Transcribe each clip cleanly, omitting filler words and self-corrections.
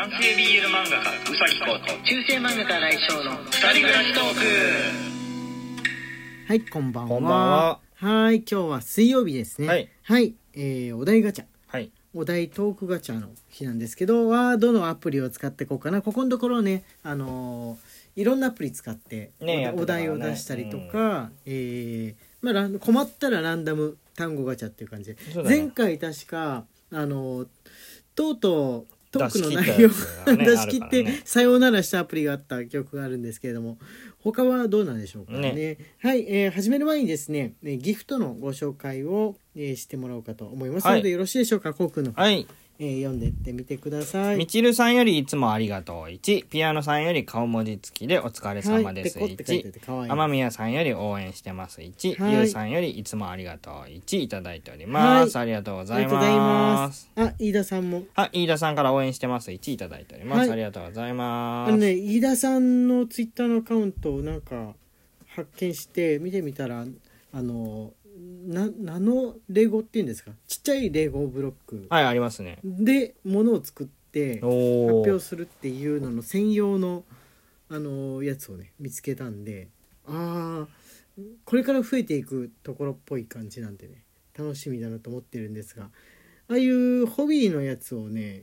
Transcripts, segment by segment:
男性 BL 漫画家うさぎこと中世漫画家来翔の二人暮らしトーク。 はい、こんばんは。 こんばんは。 はい、今日は水曜日ですね。 はい、 お題ガチャ、 はい、 お題トークガチャの日なんですけど、どのアプリを使っていこうかな。ここのところね、いろんなアプリ使って、 ね、 お題を出したりとか、困ったらランダム単語ガチャっていう感じで、前回確かとうとうトークの内容を出し切って、さようならしたアプリがあった記憶があるんですけれども、他はどうなんでしょうかね。はい、始める前にですね、ギフトのご紹介を、してもらおうかと思いますので、よろしいでしょうか。こうくんの、読んでってみてください。 みちるさんよりいつもありがとう1、ピアノさんより顔文字付きでお疲れ様です1、天宮さんより応援してます1、ゆうさんよりいつもありがとう1いただいております、ありがとうございます。 飯田さんも、 飯田さんから応援してます1いただいております、ありがとうございます。 飯田さんのツイッターのアカウントをなんか発見して見てみたら、ナノレゴっていうんですか、ちっちゃいレゴブロック、 ありますね。 で物を作って発表するっていうのの専用のやつをね見つけたんで、これから増えていくところっぽい感じなんでね、楽しみだなと思ってるんですが、ああいうホビーのやつをね、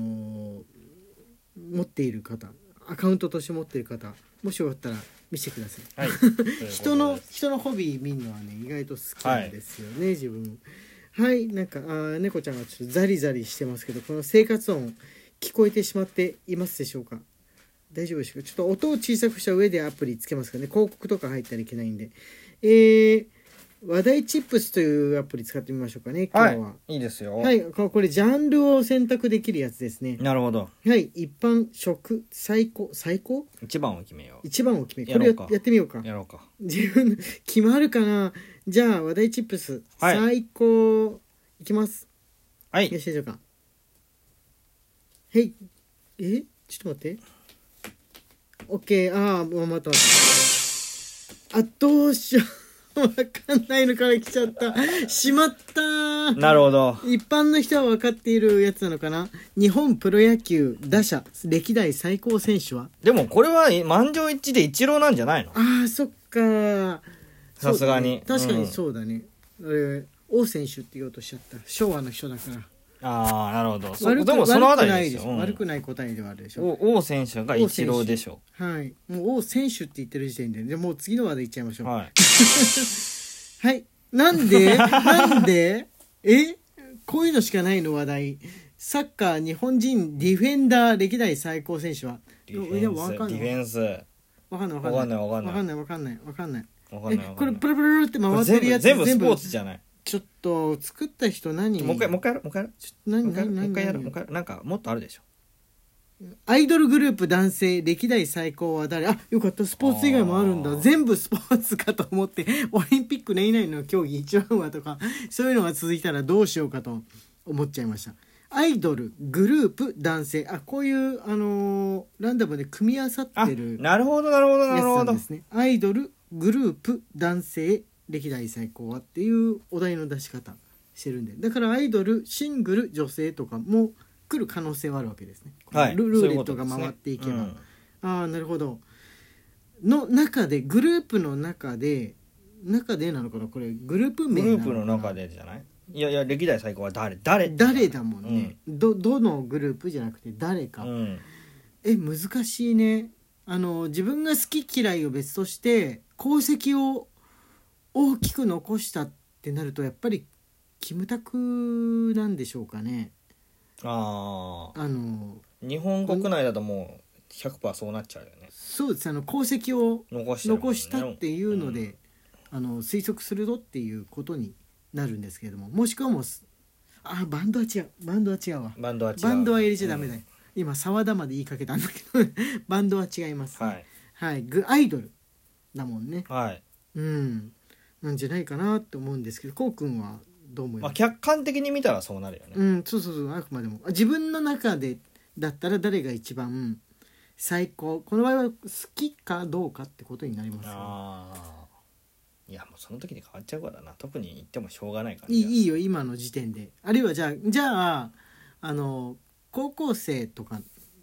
持っている方、アカウントとして持っている方、もしよかったら見せてください、人のホビー見るのはね意外と好きなんですよね、自分。なんか猫ちゃんがちょっとザリザリしてますけど、この生活音聞こえてしまっていますでしょうか。大丈夫でしょうか。ちょっと音を小さくした上でアプリつけますからね、広告とか入ったらいけないんで。話題チップスというアプリ使ってみましょうかね、今日は。 いいですよ。 これジャンルを選択できるやつですね。 なるほど。 一般、食、最高一番を決めよう。 一番を決め、これやってみようか。 やろうか。 自分決まるかな。じゃあ話題チップス、最高いきます。よろしいでしょうか。ちょっと待って。OK。待って。どうしよう。わかんないのから来ちゃった。しまったー。 なるほど。 一般の人は分かっているやつなのかな。日本プロ野球打者歴代最高選手は。 でもこれは満場一致でイチローなんじゃないの？ そっか。 さすがに。 確かにそうだね。王選手って言おうとしちゃった。昭和の人だから。 なるほど。 でもそのあたりですよ。 悪くない答えではあるでしょ。 王選手がイチローでしょ。 もう王選手って言ってる時点で、もう次の話題いっちゃいましょう。なんでこういうのしかないの話題。サッカー日本人ディフェンダー歴代最高選手は。 ディフェンス。 わかんない。これプルプルって回ってるやつ全部スポーツじゃない。 ちょっと作った人何？ もう一回やる。 何なんかもっとあるでしょ。 アイドルグループ男性歴代最高は誰？よかった、スポーツ以外もあるんだ。全部スポーツかと思って、オリンピック年以内の競技一番はとかそういうのが続いたらどうしようかと思っちゃいました。アイドルグループ男性、こういうランダムで組み合わさってるなるほどですね。アイドルグループ男性歴代最高はっていうお題の出し方してるんで、だからアイドルシングル女性とかも来る可能性はあるわけですね。ルーレットが回っていけば、なるほど。の中でグループの中でなのかな、これグループ名なのかな。 グループの中でじゃない？いや歴代最高は誰だもんね、どのグループじゃなくて誰か、難しいね。自分が好き嫌いを別として功績を大きく残したってなると、やっぱりキムタクなんでしょうかね。 日本国内だともう 100% そうなっちゃうよね。 そうです。功績を残したっていうので、推測するぞっていうことになるんですけれども、もしくはもうバンドは違うわ。バンドは入れちゃダメだよ、今沢田まで言いかけたんだけどバンドは違います、アイドルだもんね。なんじゃないかなと思うんですけど、こうくんはどう思います？ 客観的に見たらそうなるよね。 そうあくまでも自分の中でだったら誰が一番最高、この場合は好きかどうかってことになりますよ。 いやもうその時に変わっちゃうからな、特に言ってもしょうがないから。 いいよ今の時点で。あるいはじゃあ高校生とか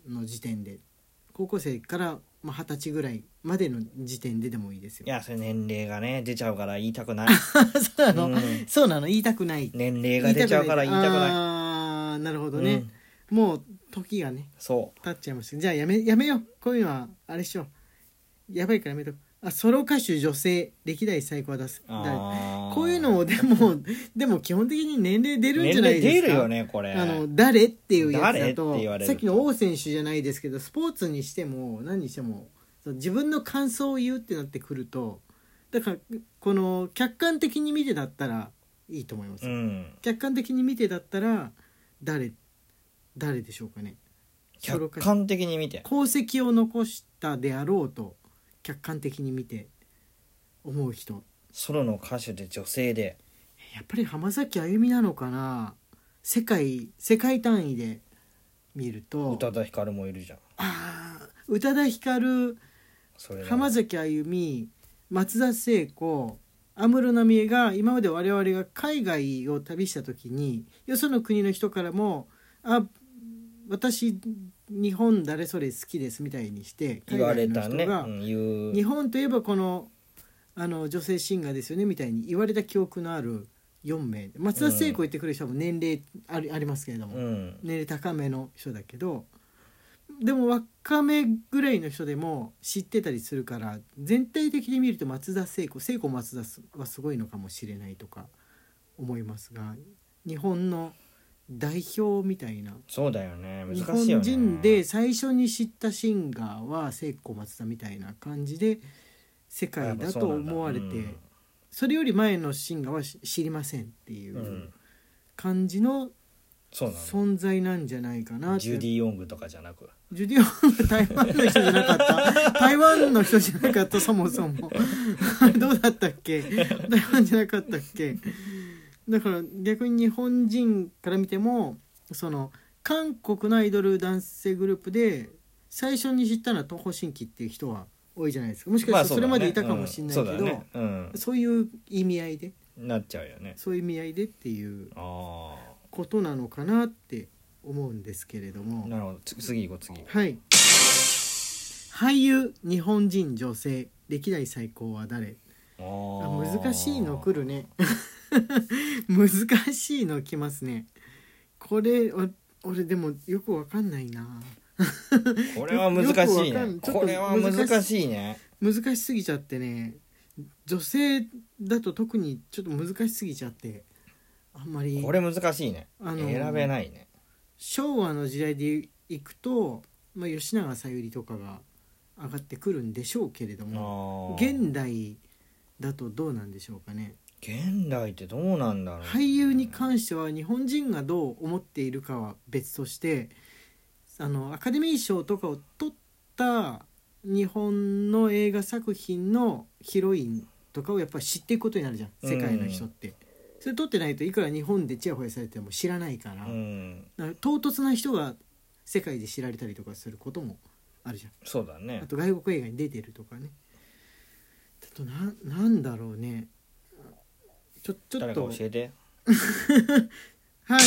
の時点で、高校生から20歳ぐらいまでの時点ででもいいですよ。 いやそれ年齢がね出ちゃうから言いたくないそうなの、そうなの、言いたくない。 年齢が出ちゃうから言いたくない。 ああなるほどね、もう時がねそう経っちゃいました。じゃあやめよう、こういうのはあれしよう、やばいからやめとく。ソロ歌手女性歴代最高は出す。こういうのをでも基本的に年齢出るんじゃないですか。 年齢出るよねこれ。 誰っていうやつだと誰ってさっきの王選手じゃないですけど、スポーツにしても何にしても自分の感想を言うってなってくると、だからこの客観的に見てだったらいいと思います、客観的に見てだったら誰でしょうかね。 客観的に見て功績を残したであろうと客観的に見て思う人、 ソロの歌手で女性でやっぱり浜崎あゆみなのかな。世界単位で見ると宇多田ヒカルもいるじゃん。 宇多田ヒカル、浜崎あゆみ、松田聖子、安室奈美恵が今まで我々が海外を旅した時によその国の人からも私日本誰それ好きですみたいにして海外の人が、日本といえばこの女性シンガーですよねみたいに言われた記憶のある4名、松田聖子言ってくる人も年齢ありますけれども、年齢高めの人だけど、でも若めぐらいの人でも知ってたりするから、全体的に見ると松田聖子松田はすごいのかもしれないとか思いますが、日本の代表みたいな。 そうだよね、難しいよね。 日本人で最初に知ったシンガーは聖子松田みたいな感じで世界だと思われて、それより前のシンガーは知りませんっていう感じの存在なんじゃないかなって。 ジュディ・ヨングとかじゃなく、 ジュディ・ヨング台湾の人じゃなかった台湾の人じゃなかった、そもそもどうだったっけ、台湾じゃなかったっけ。だから逆に日本人から見ても、その韓国のアイドル男性グループで最初に知ったのは東方神起っていう人は多いじゃないですか。もしかしたらそれまでいたかもしれないけど、そういう意味合いでなっちゃうよね。 そういう意味合いでっていうことなのかなって思うんですけれども。 なるほど、次行こう。 はい。俳優日本人女性歴代最高は誰。難しいの来るね難しいの来ますね。これ俺でもよくわかんないなこれは難しいね。これは難しいね。 難しすぎちゃってね、女性だと特にちょっと難しすぎちゃってあんまり。 これ難しいね、選べないね。 昭和の時代でいくと、吉永小百合とかが上がってくるんでしょうけれども、現代だとどうなんでしょうかね。 現代ってどうなんだろう、 俳優に関しては日本人がどう思っているかは別として、アカデミー賞とかを取った日本の映画作品のヒロインとかをやっぱり知っていくことになるじゃん、世界の人って。それ取ってないといくら日本でチヤホヤされても知らないから、だから唐突な人が世界で知られたりとかすることもあるじゃん。 そうだね。 あと外国映画に出てるとかね。あとなんだろうね。ちょっと誰か教えてはい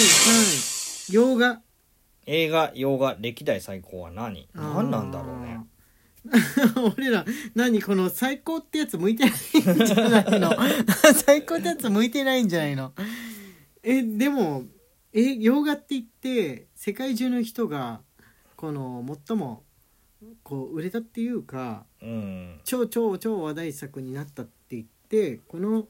映画洋画歴代最高は何なんだろうね俺らこの最高ってやつ向いてないんじゃないの最高ってやつ向いてないんじゃないの。でも洋画って言って世界中の人がこの最もこう売れたっていうか、超話題作になったって言ってこの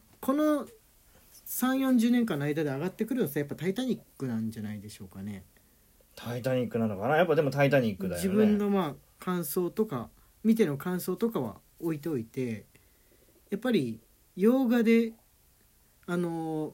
3,40 年間の間で上がってくるのはやっぱタイタニックなんじゃないでしょうかね。 タイタニックなのかな。やっぱでもタイタニックだよね。 自分の感想とか見ての感想とかは置いておいて、やっぱり洋画でこの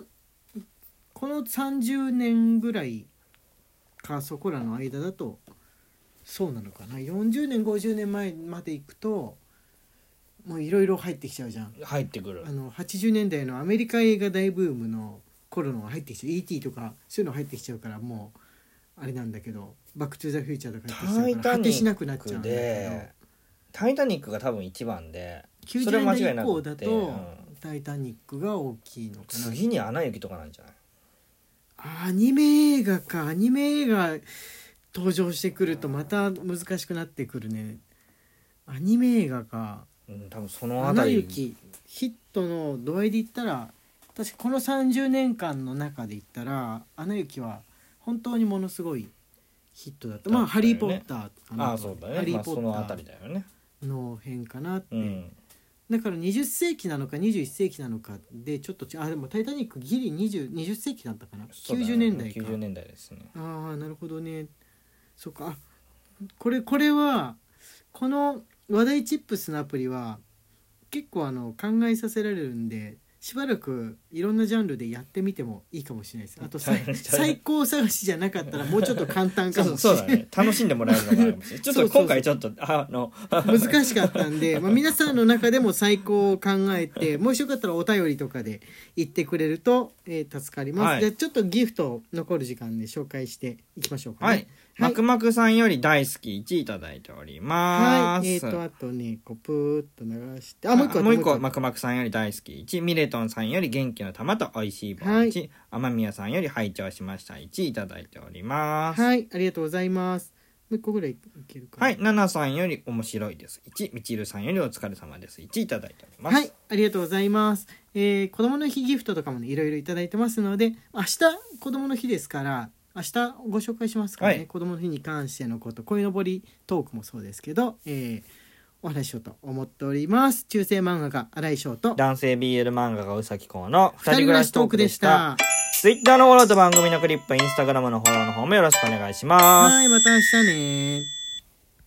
30年ぐらいかそこらの間だとそうなのかな。40年50年前まで行くともういろいろ入ってきちゃうじゃん。 入ってくる。 80年代のアメリカ映画大ブームの頃のが入ってきちゃう。 E.T. とかそういうの入ってきちゃうからもうあれなんだけど、バックトゥザフューチャーとか入ってきちゃうから果てしなくなっちゃうんだけど、 タイタニックが多分一番で、 90年代以降だとタイタニックが大きいのかな。 次にアナ雪とかなんじゃない。 アニメ映画か。アニメ映画登場してくるとまた難しくなってくるね。アニメ映画か、 多分そのあアたりナ雪ヒットの度合いで言ったら、確かこの30年間の中で言ったらアナ雪は本当にものすごいヒットだった。まあハリーポッターかな。 そうだね。 ハリーポッターそのあたりだよね。 の辺かなって、 だから20世紀なのか21世紀なのかでちょっとでもタイタニックギリ20世紀だったかな、90年代か。 90年代ですね。 ああなるほどね。そうか。これはこの話題チップスのアプリは結構考えさせられるんで、しばらくいろんなジャンルでやってみてもいいかもしれないです。あと最高探しじゃなかったらもうちょっと簡単かもしれない。そうだね。 楽しんでもらえるのがあるかもしれない。ちょっと今回ちょっと難しかったんで、皆さんの中でも最高を考えて、もしよかったらお便りとかで言ってくれると、助かります。じゃあちょっとギフト残る時間で紹介していきましょうかね。 マクマクさんより大好き1いただいております。 あとねプーっと流して、 もう一個マクマクさんより大好き1、ミレトンさんより元気の玉と美味しい棒1、天宮さんより拝聴しました1いただいております。 はい、ありがとうございます。もう一個ぐらいいけるか。 ナナさんより面白いです1、みちるさんよりお疲れ様です1いただいております。 はい、ありがとうございます。子供の日ギフトとかもねいろいろいただいてますので、明日子供の日ですから明日ご紹介しますからね、子供の日に関してのこと、鯉のぼりトークもそうですけど、お話ししようと思っております。中世漫画家新井翔と男性 BL 漫画家宇崎公の二人暮らしトークでした。 Twitter のフォローと番組のクリップ、Instagram のフォローの方もよろしくお願いします。 はい、また明日ね。